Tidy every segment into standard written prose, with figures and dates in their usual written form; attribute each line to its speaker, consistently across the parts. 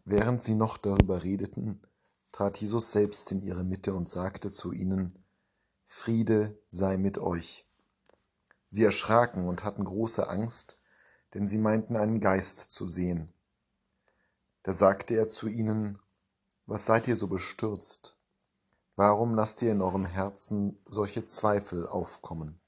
Speaker 1: Während sie noch darüber redeten, trat Jesus selbst in ihre Mitte und sagte zu ihnen: Friede sei mit euch. Sie erschraken und hatten große Angst, denn sie meinten, einen Geist zu sehen. Da sagte er zu ihnen: Was seid ihr so bestürzt? Warum lasst ihr in eurem Herzen solche Zweifel aufkommen?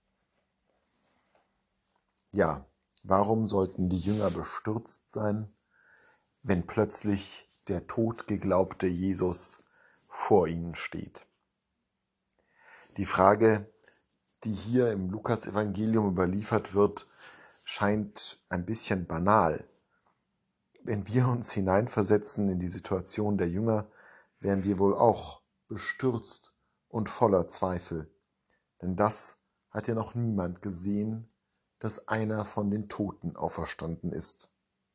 Speaker 1: Ja, warum sollten die Jünger bestürzt sein, wenn plötzlich der totgeglaubte Jesus vor ihnen steht? Die Frage, die hier im Lukas-Evangelium überliefert wird, scheint ein bisschen banal. Wenn wir uns hineinversetzen in die Situation der Jünger, wären wir wohl auch bestürzt und voller Zweifel. Denn das hat ja noch niemand gesehen, dass einer von den Toten auferstanden ist.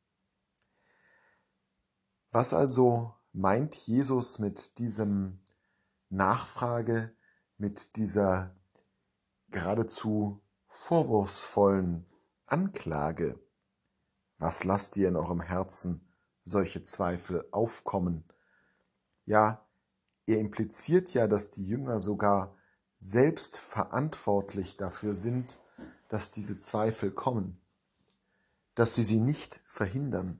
Speaker 1: Was also meint Jesus mit diesem Nachfrage, mit dieser geradezu vorwurfsvollen Anklage? Was lasst ihr in eurem Herzen solche Zweifel aufkommen? Ja, er impliziert ja, dass die Jünger sogar selbst verantwortlich dafür sind, dass diese Zweifel kommen, dass sie nicht verhindern.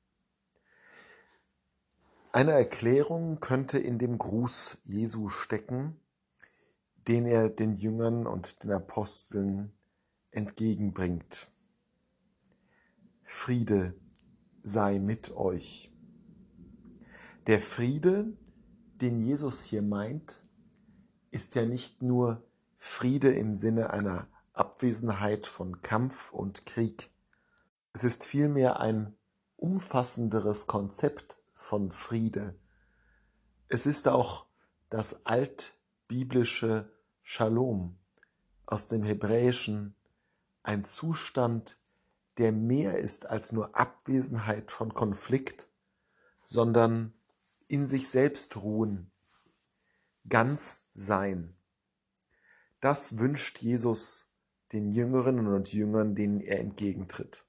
Speaker 1: Eine Erklärung könnte in dem Gruß Jesu stecken, den er den Jüngern und den Aposteln entgegenbringt. Friede sei mit euch. Der Friede, den Jesus hier meint, ist ja nicht nur Friede im Sinne einer Abwesenheit von Kampf und Krieg. Es ist vielmehr ein umfassenderes Konzept von Friede. Es ist auch das altbiblische Shalom aus dem Hebräischen, ein Zustand, der mehr ist als nur Abwesenheit von Konflikt, sondern in sich selbst ruhen, ganz sein. Das wünscht Jesus den Jüngerinnen und Jüngern, denen er entgegentritt.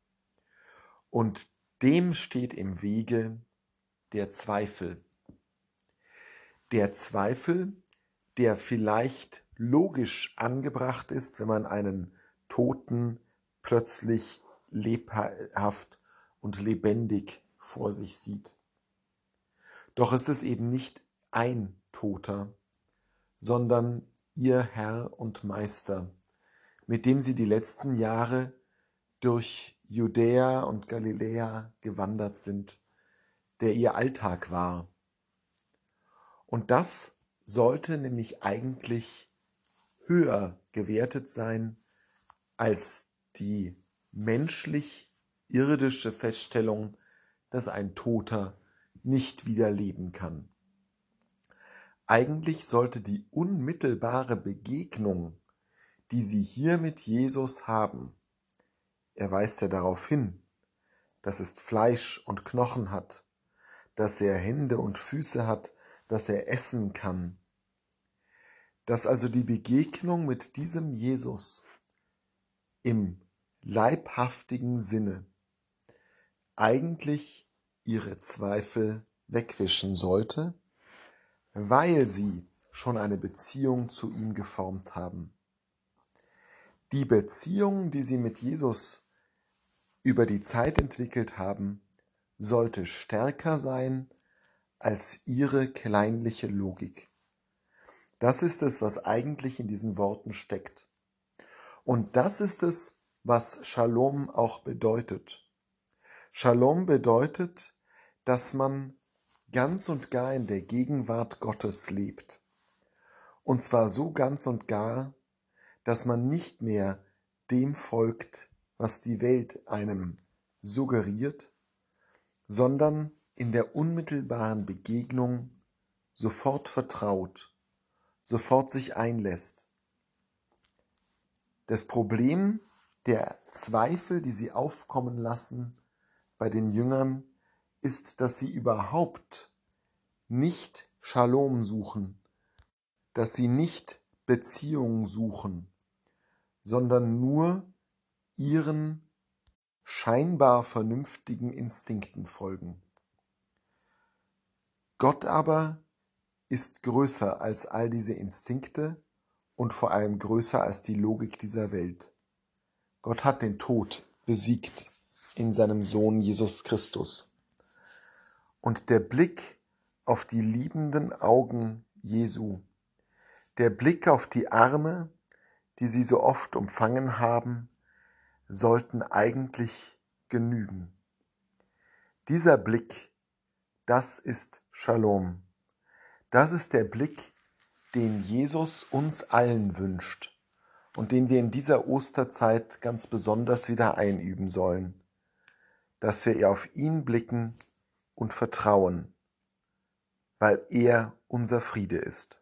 Speaker 1: Und dem steht im Wege der Zweifel. Der Zweifel, der vielleicht logisch angebracht ist, wenn man einen Toten plötzlich lebhaft und lebendig vor sich sieht. Doch es ist eben nicht ein Toter, sondern ihr Herr und Meister, mit dem sie die letzten Jahre durch Judäa und Galiläa gewandert sind, der ihr Alltag war. Und das sollte nämlich eigentlich höher gewertet sein als die menschlich-irdische Feststellung, dass ein Toter nicht wieder leben kann. Eigentlich sollte die unmittelbare Begegnung, die sie hier mit Jesus haben, er weist ja darauf hin, dass es Fleisch und Knochen hat, dass er Hände und Füße hat, dass er essen kann, dass also die Begegnung mit diesem Jesus im leibhaftigen Sinne eigentlich ihre Zweifel wegwischen sollte, weil sie schon eine Beziehung zu ihm geformt haben. Die Beziehung, die sie mit Jesus über die Zeit entwickelt haben, sollte stärker sein als ihre kleinliche Logik. Das ist es, was eigentlich in diesen Worten steckt. Und das ist es, was Shalom auch bedeutet. Shalom bedeutet, dass man ganz und gar in der Gegenwart Gottes lebt. Und zwar so ganz und gar, dass man nicht mehr dem folgt, was die Welt einem suggeriert, sondern in der unmittelbaren Begegnung sofort vertraut, sofort sich einlässt. Das Problem der Zweifel, die sie aufkommen lassen bei den Jüngern, ist, dass sie überhaupt nicht Shalom suchen, dass sie nicht Beziehung suchen, sondern nur ihren scheinbar vernünftigen Instinkten folgen. Gott aber ist größer als all diese Instinkte und vor allem größer als die Logik dieser Welt. Gott hat den Tod besiegt in seinem Sohn Jesus Christus. Und der Blick auf die liebenden Augen Jesu, der Blick auf die Arme, die sie so oft umfangen haben, sollten eigentlich genügen. Dieser Blick, das ist Shalom. Das ist der Blick, den Jesus uns allen wünscht und den wir in dieser Osterzeit ganz besonders wieder einüben sollen, dass wir auf ihn blicken und vertrauen, weil er unser Friede ist.